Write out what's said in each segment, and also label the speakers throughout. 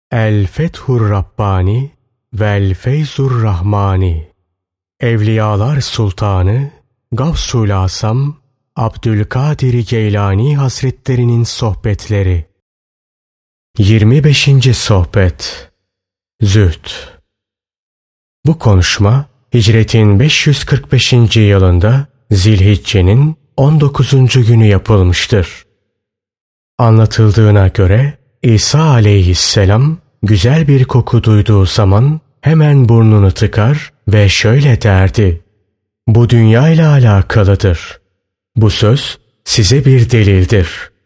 Speaker 1: El Fethur Rabbani vel Feyzur Rahmani. Evliyalar Sultanı Gavsul Asam Abdülkadir Geylani Hazretlerinin sohbetleri. 25. Sohbet. Zühd. Bu konuşma Hicretin 545. yılında Zilhicce'nin 19. günü yapılmıştır. Anlatıldığına göre İsa aleyhisselam güzel bir koku duyduğu zaman hemen burnunu tıkar ve şöyle derdi: "Bu dünya ile alakalıdır. Bu söz size bir delildir."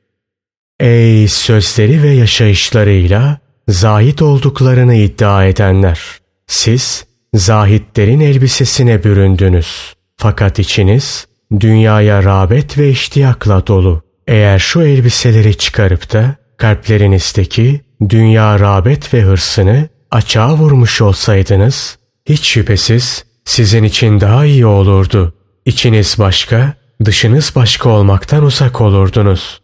Speaker 1: Ey sözleri ve yaşayışlarıyla zahid olduklarını iddia edenler! Siz zahitlerin elbisesine büründünüz. Fakat içiniz dünyaya rağbet ve iştiyakla dolu. Eğer şu elbiseleri çıkarıp da kalplerinizdeki dünya rağbet ve hırsını açığa vurmuş olsaydınız, hiç şüphesiz sizin için daha iyi olurdu. İçiniz başka, dışınız başka olmaktan uzak olurdunuz.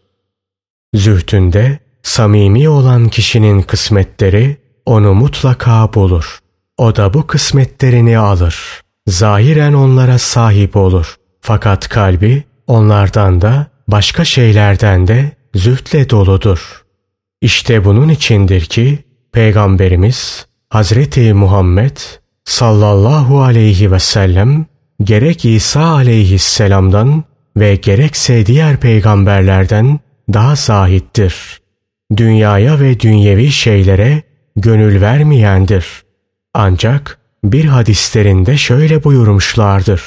Speaker 1: Zühdünde samimi olan kişinin kısmetleri onu mutlaka bulur. O da bu kısmetlerini alır. Zahiren onlara sahip olur. Fakat kalbi onlardan da başka şeylerden de zühdle doludur. İşte bunun içindir ki Peygamberimiz Hazreti Muhammed sallallahu aleyhi ve sellem gerek İsa aleyhisselamdan ve gerekse diğer peygamberlerden daha zahittir. Dünyaya ve dünyevi şeylere gönül vermeyendir. Ancak bir hadislerinde şöyle buyurmuşlardır: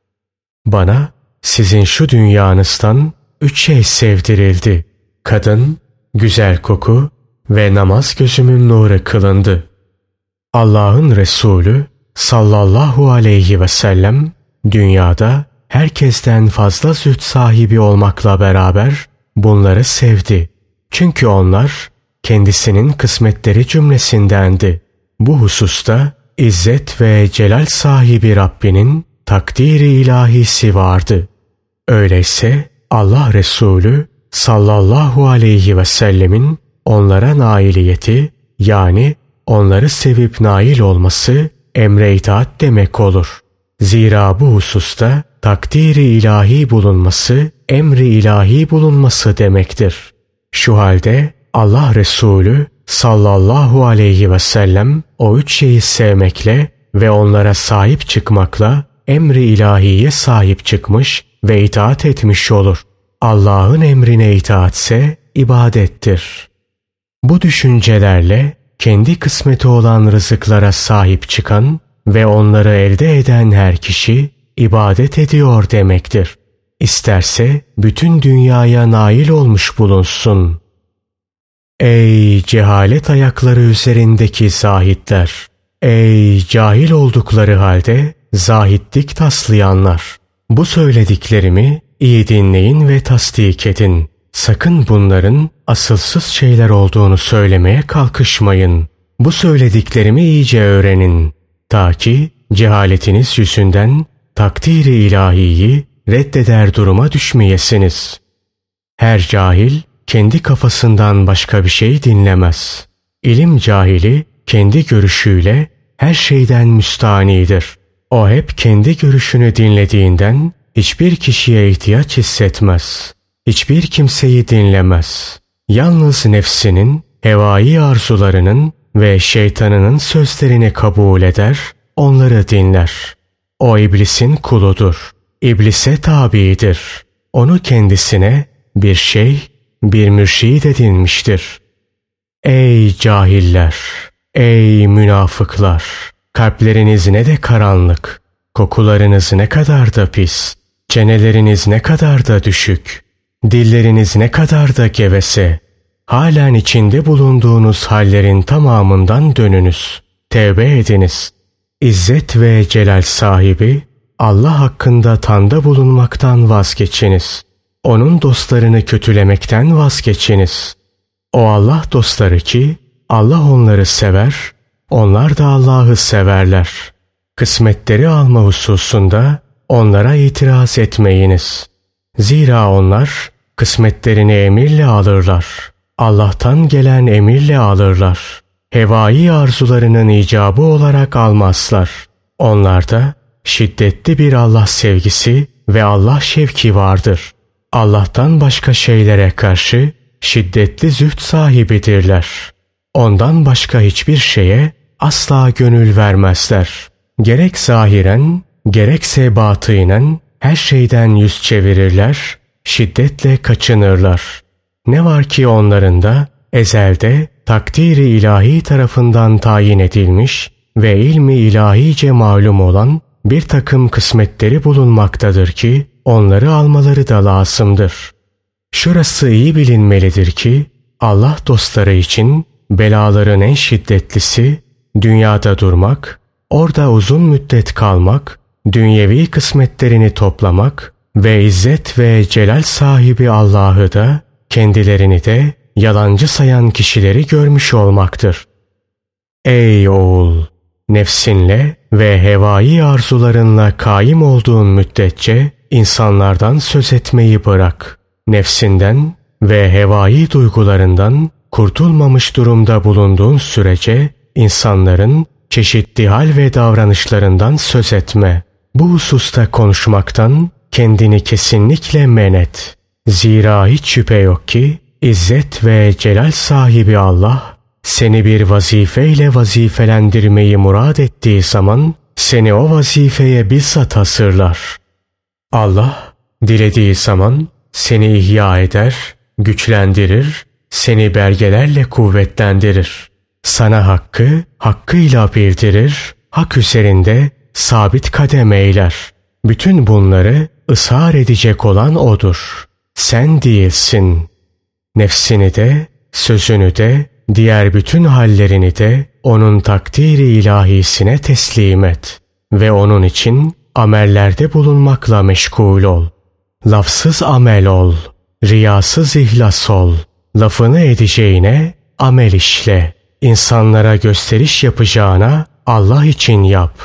Speaker 1: "Bana sizin şu dünyanızdan 3 şey sevdirildi. Kadın, güzel koku ve namaz gözümün nuru kılındı." Allah'ın Resulü sallallahu aleyhi ve sellem dünyada herkesten fazla zühd sahibi olmakla beraber bunları sevdi. Çünkü onlar kendisinin kısmetleri cümlesindendi. Bu hususta İzzet ve Celal sahibi Rabbinin takdiri ilahisi vardı. Öyleyse Allah Resulü sallallahu aleyhi ve sellemin onlara nailiyeti, yani onları sevip nail olması emre itaat demek olur. Zira bu hususta takdiri ilahi bulunması emri ilahi bulunması demektir. Şu halde Allah Resulü sallallahu aleyhi ve sellem o 3 şeyi sevmekle ve onlara sahip çıkmakla emri ilahiye sahip çıkmış ve itaat etmiş olur. Allah'ın emrine itaatse ibadettir. Bu düşüncelerle kendi kısmeti olan rızıklara sahip çıkan ve onları elde eden her kişi ibadet ediyor demektir. İsterse bütün dünyaya nail olmuş bulunsun. Ey cehalet ayakları üzerindeki zahitler! Ey cahil oldukları halde zahitlik taslayanlar! Bu söylediklerimi iyi dinleyin ve tasdik edin. Sakın bunların asılsız şeyler olduğunu söylemeye kalkışmayın. Bu söylediklerimi iyice öğrenin. Ta ki cehaletiniz yüzünden takdiri ilahiyi reddeder duruma düşmeyesiniz. Her cahil kendi kafasından başka bir şey dinlemez. İlim cahili kendi görüşüyle her şeyden müstanidir. O hep kendi görüşünü dinlediğinden hiçbir kişiye ihtiyaç hissetmez. Hiçbir kimseyi dinlemez. Yalnız nefsinin, hevai arzularının ve şeytanının sözlerini kabul eder, onları dinler. O iblisin kuludur. İblise tabidir. Onu kendisine bir şey, bir mürşid edinmiştir. Ey cahiller! Ey münafıklar! Kalpleriniz ne de karanlık, kokularınız ne kadar da pis, çeneleriniz ne kadar da düşük, dilleriniz ne kadar da gevese. Halen içinde bulunduğunuz hallerin tamamından dönünüz. Tevbe ediniz. İzzet ve Celal sahibi Allah hakkında tanda bulunmaktan vazgeçiniz. Onun dostlarını kötülemekten vazgeçiniz. O Allah dostları ki Allah onları sever, onlar da Allah'ı severler. Kısmetleri alma hususunda onlara itiraz etmeyiniz. Zira onlar kısmetlerini emirle alırlar. Allah'tan gelen emirle alırlar. hevai arzularının icabı olarak almazlar. Onlarda şiddetli bir Allah sevgisi ve Allah şevki vardır. Allah'tan başka şeylere karşı şiddetli zühd sahibidirler. Ondan başka hiçbir şeye asla gönül vermezler. Gerek zahiren, gerekse batınen her şeyden yüz çevirirler, şiddetle kaçınırlar. Ne var ki onların da ezelde takdiri ilahi tarafından tayin edilmiş ve ilmi ilahice malum olan bir takım kısmetleri bulunmaktadır ki onları almaları da lazımdır. Şurası iyi bilinmelidir ki Allah dostları için belaların en şiddetlisi dünyada durmak, orada uzun müddet kalmak, dünyevi kısmetlerini toplamak ve izzet ve celal sahibi Allah'ı da kendilerini de yalancı sayan kişileri görmüş olmaktır. Ey oğul! Nefsinle ve hevai arzularınla kaim olduğun müddetçe insanlardan söz etmeyi bırak. Nefsinden ve hevai duygularından kurtulmamış durumda bulunduğun sürece insanların çeşitli hal ve davranışlarından söz etme. Bu hususta konuşmaktan kendini kesinlikle men et. Zira hiç şüphe yok ki İzzet ve celal sahibi Allah seni bir vazifeyle vazifelendirmeyi murad ettiği zaman seni o vazifeye bizzat hasırlar. Allah dilediği zaman seni ihya eder, güçlendirir, seni belgelerle kuvvetlendirir. Sana hakkı hakkıyla bildirir, hak üzerinde sabit kadem eyler. Bütün bunları ısrar edecek olan O'dur. Sen değilsin. Nefsini de, sözünü de, diğer bütün hallerini de O'nun takdiri ilahisine teslim et. Ve O'nun için amellerde bulunmakla meşgul ol. Lafsız amel ol, riyasız ihlas ol. Lafını edeceğine amel işle. İnsanlara gösteriş yapacağına Allah için yap.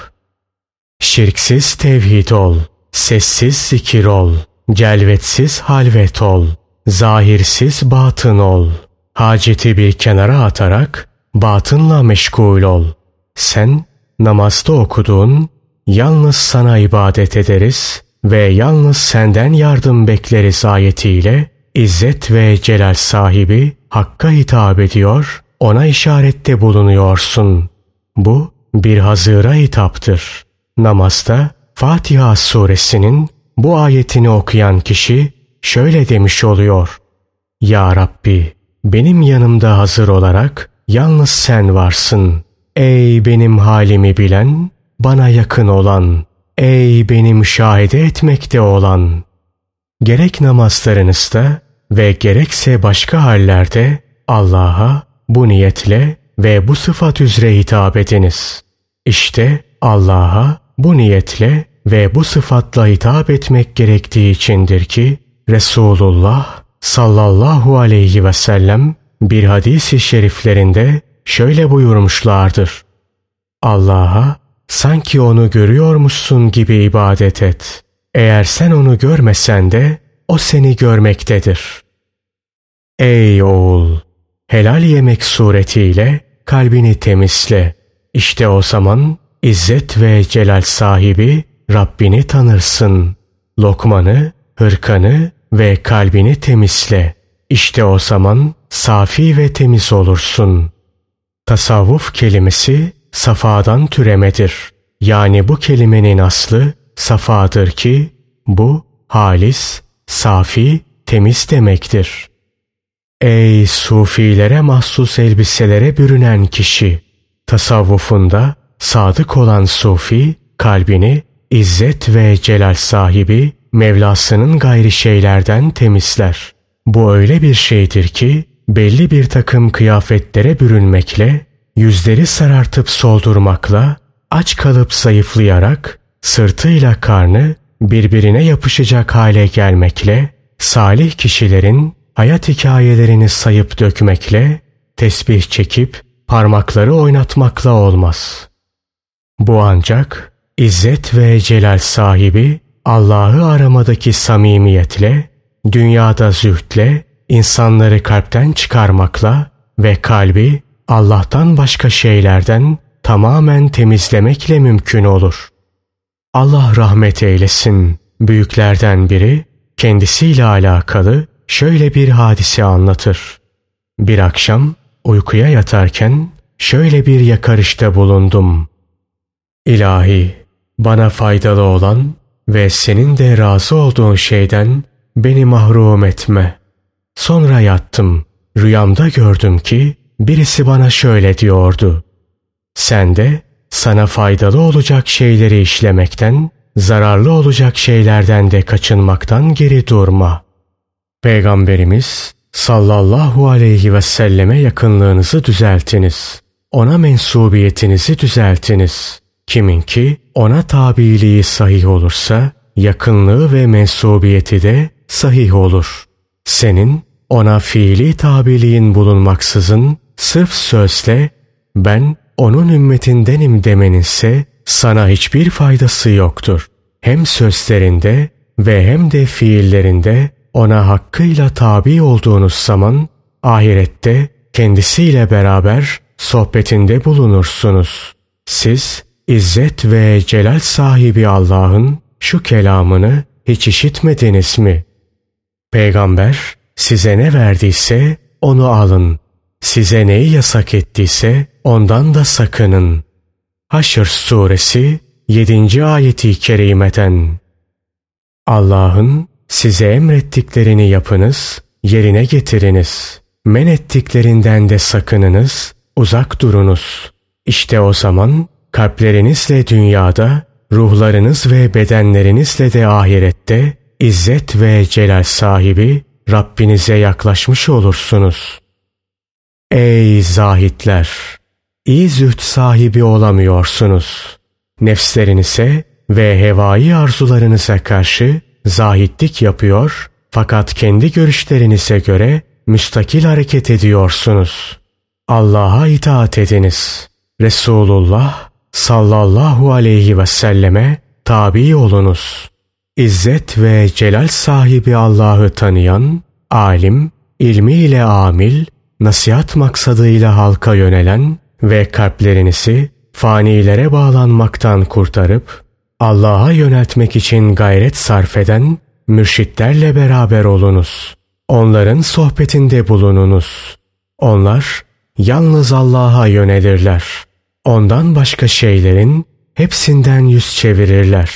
Speaker 1: Şirksiz tevhid ol, sessiz zikir ol, celvetsiz halvet ol, zahirsiz batın ol. Haceti bir kenara atarak batınla meşgul ol. Sen namazda okuduğun yalnız sana ibadet ederiz ve yalnız senden yardım bekleriz ayetiyle İzzet ve celal sahibi Hakk'a hitap ediyor, ona işarette bulunuyorsun. Bu bir hazıra hitaptır. Namazda Fatiha suresinin bu ayetini okuyan kişi şöyle demiş oluyor: Ya Rabbi, benim yanımda hazır olarak yalnız sen varsın. Ey benim halimi bilen, bana yakın olan, ey benim müşahede etmekte olan. Gerek namazlarınızda ve gerekse başka hallerde Allah'a bu niyetle ve bu sıfat üzere hitap ediniz. İşte Allah'a bu niyetle ve bu sıfatla hitap etmek gerektiği içindir ki Resulullah sallallahu aleyhi ve sellem bir hadis-i şeriflerinde şöyle buyurmuşlardır: Allah'a sanki onu görüyormuşsun gibi ibadet et. Eğer sen onu görmesen de o seni görmektedir. Ey oğul! Helal yemek suretiyle kalbini temizle. İşte o zaman İzzet ve celal sahibi Rabbini tanırsın. Lokmanı, hırkanı ve kalbini temizle. İşte o zaman safi ve temiz olursun. Tasavvuf kelimesi safadan türemedir. Yani bu kelimenin aslı safadır ki bu halis, safi, temiz demektir. Ey sufilere mahsus elbiselere bürünen kişi! Tasavvufunda sadık olan sufi kalbini İzzet ve celal sahibi Mevlasının gayri şeylerden temizler. Bu öyle bir şeydir ki belli bir takım kıyafetlere bürünmekle, yüzleri sarartıp soldurmakla, aç kalıp zayıflayarak, sırtıyla karnı birbirine yapışacak hale gelmekle, salih kişilerin hayat hikayelerini sayıp dökmekle, tesbih çekip parmakları oynatmakla olmaz. Bu ancak İzzet ve celal sahibi Allah'ı aramadaki samimiyetle, dünyada zühdle, insanları kalpten çıkarmakla ve kalbi Allah'tan başka şeylerden tamamen temizlemekle mümkün olur. Allah rahmet eylesin. Büyüklerden biri kendisiyle alakalı şöyle bir hadise anlatır. Bir akşam uykuya yatarken şöyle bir yakarışta bulundum. İlahi, bana faydalı olan ve senin de razı olduğun şeyden beni mahrum etme. Sonra yattım. Rüyamda gördüm ki birisi bana şöyle diyordu. Sen de sana faydalı olacak şeyleri işlemekten, zararlı olacak şeylerden de kaçınmaktan geri durma. Peygamberimiz sallallahu aleyhi ve selleme yakınlığınızı düzeltiniz. Ona mensubiyetinizi düzeltiniz. Kiminki ona tabiliği sahih olursa, yakınlığı ve mensubiyeti de sahih olur. Senin ona fiili tabiliğin bulunmaksızın sırf sözle ben onun ümmetindenim demeninse sana hiçbir faydası yoktur. Hem sözlerinde ve hem de fiillerinde ona hakkıyla tabi olduğunuz zaman ahirette kendisiyle beraber sohbetinde bulunursunuz. Siz İzzet ve Celal sahibi Allah'ın şu kelamını hiç işitmediniz mi? Peygamber size ne verdiyse onu alın. Size neyi yasak ettiyse ondan da sakının. Haşr suresi 7. ayeti kerimeden. Allah'ın size emrettiklerini yapınız, yerine getiriniz. Men ettiklerinden de sakınınız, uzak durunuz. İşte o zaman kalplerinizle dünyada, ruhlarınız ve bedenlerinizle de ahirette İzzet ve Celal sahibi Rabbinize yaklaşmış olursunuz. Ey zahitler! İyi zühd sahibi olamıyorsunuz. Nefslerinize ve hevai arzularınıza karşı zahitlik yapıyor fakat kendi görüşlerinize göre müstakil hareket ediyorsunuz. Allah'a itaat ediniz. Resulullah sallallahu aleyhi ve selleme tabi olunuz. İzzet ve Celal sahibi Allah'ı tanıyan, alim, ilmiyle amil, nasihat maksadıyla halka yönelen ve kalplerinizi fanilere bağlanmaktan kurtarıp Allah'a yöneltmek için gayret sarf eden mürşitlerle beraber olunuz. Onların sohbetinde bulununuz. Onlar yalnız Allah'a yönelirler. Ondan başka şeylerin hepsinden yüz çevirirler.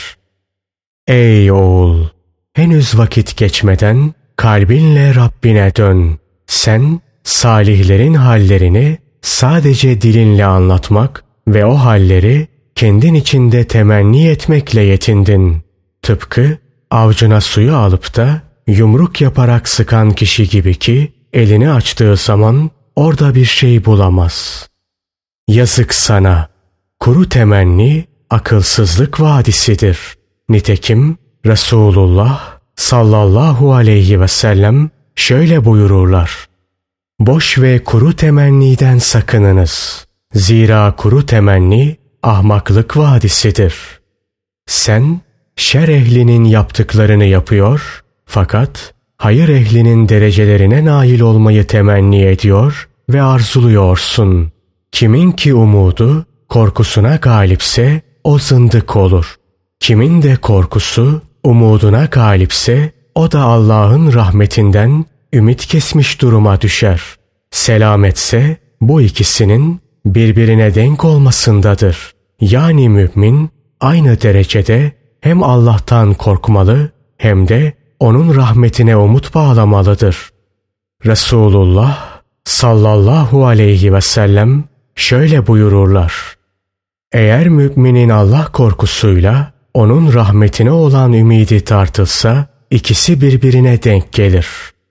Speaker 1: Ey oğul! Henüz vakit geçmeden kalbinle Rabbine dön. Sen salihlerin hallerini sadece dilinle anlatmak ve o halleri kendin içinde temenni etmekle yetindin. Tıpkı avcuna suyu alıp da yumruk yaparak sıkan kişi gibi ki elini açtığı zaman orada bir şey bulamaz. Yazık sana! Kuru temenni akılsızlık vadisidir. Nitekim Resulullah sallallahu aleyhi ve sellem şöyle buyururlar. Boş ve kuru temenniden sakınınız. Zira kuru temenni ahmaklık vadisidir. Sen şer ehlinin yaptıklarını yapıyor fakat hayır ehlinin derecelerine nail olmayı temenni ediyor ve arzuluyorsun. Kimin ki umudu korkusuna galipse o zındık olur. Kimin de korkusu umuduna galipse o da Allah'ın rahmetinden ümit kesmiş duruma düşer. Selametse bu ikisinin birbirine denk olmasındadır. Yani mümin aynı derecede hem Allah'tan korkmalı hem de onun rahmetine umut bağlamalıdır. Resulullah sallallahu aleyhi ve sellem şöyle buyururlar. Eğer müminin Allah korkusuyla onun rahmetine olan ümidi tartılsa ikisi birbirine denk gelir.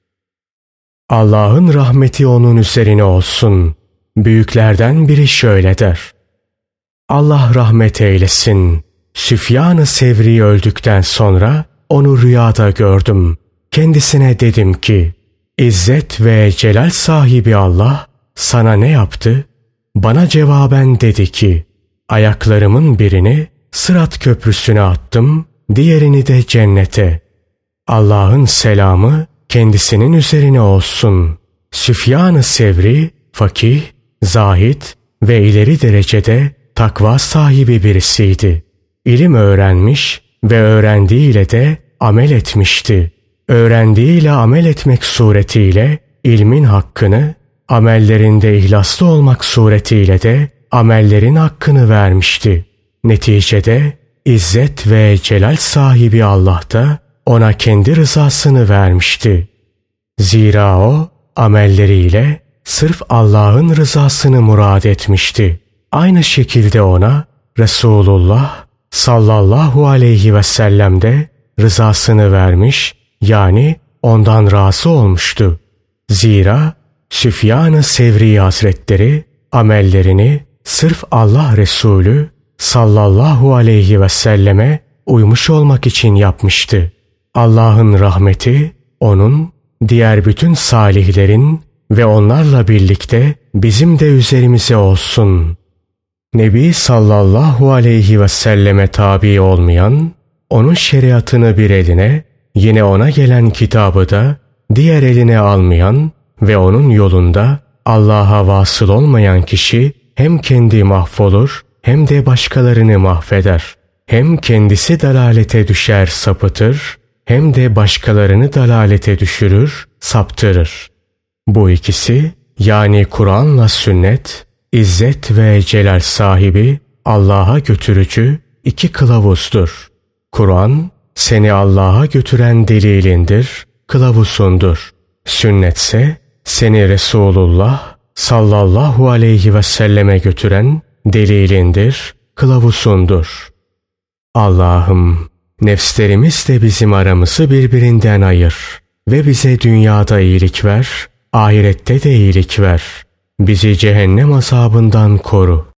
Speaker 1: Allah'ın rahmeti onun üzerine olsun. Büyüklerden biri şöyle der. Allah rahmet eylesin. Süfyan-ı Sevri öldükten sonra onu rüyada gördüm. Kendisine dedim ki, İzzet ve Celal sahibi Allah sana ne yaptı? Bana cevaben dedi ki, ayaklarımın birini Sırat köprüsüne attım, diğerini de cennete. Allah'ın selamı kendisinin üzerine olsun. Süfyan-ı Sevri, fakih, zahid ve ileri derecede takva sahibi birisiydi. İlim öğrenmiş ve öğrendiğiyle de amel etmişti. Öğrendiğiyle amel etmek suretiyle ilmin hakkını, amellerinde ihlaslı olmak suretiyle de amellerin hakkını vermişti. Neticede İzzet ve celal sahibi Allah da ona kendi rızasını vermişti. Zira o amelleriyle sırf Allah'ın rızasını murad etmişti. Aynı şekilde ona Resulullah sallallahu aleyhi ve sellem de rızasını vermiş, yani ondan razı olmuştu. Zira Süfyan-ı Sevri Hazretleri amellerini sırf Allah Resulü sallallahu aleyhi ve selleme uymuş olmak için yapmıştı. Allah'ın rahmeti onun, diğer bütün salihlerin ve onlarla birlikte bizim de üzerimize olsun. Nebi sallallahu aleyhi ve selleme tabi olmayan, onun şeriatını bir eline, yine ona gelen kitabı da diğer eline almayan ve onun yolunda Allah'a vasıl olmayan kişi hem kendi mahvolur hem de başkalarını mahveder. Hem kendisi dalalete düşer, sapıtır, hem de başkalarını dalalete düşürür, saptırır. Bu ikisi, yani Kur'an'la sünnet, İzzet ve celal sahibi, Allah'a götürücü iki kılavuzdur. Kur'an, seni Allah'a götüren delilindir, kılavuzundur. Sünnetse, seni Resulullah sallallahu aleyhi ve selleme götüren delilindir, kılavuzundur. Allah'ım, nefslerimiz de bizim aramızı birbirinden ayır ve bize dünyada iyilik ver, ahirette de iyilik ver. Bizi cehennem azabından koru.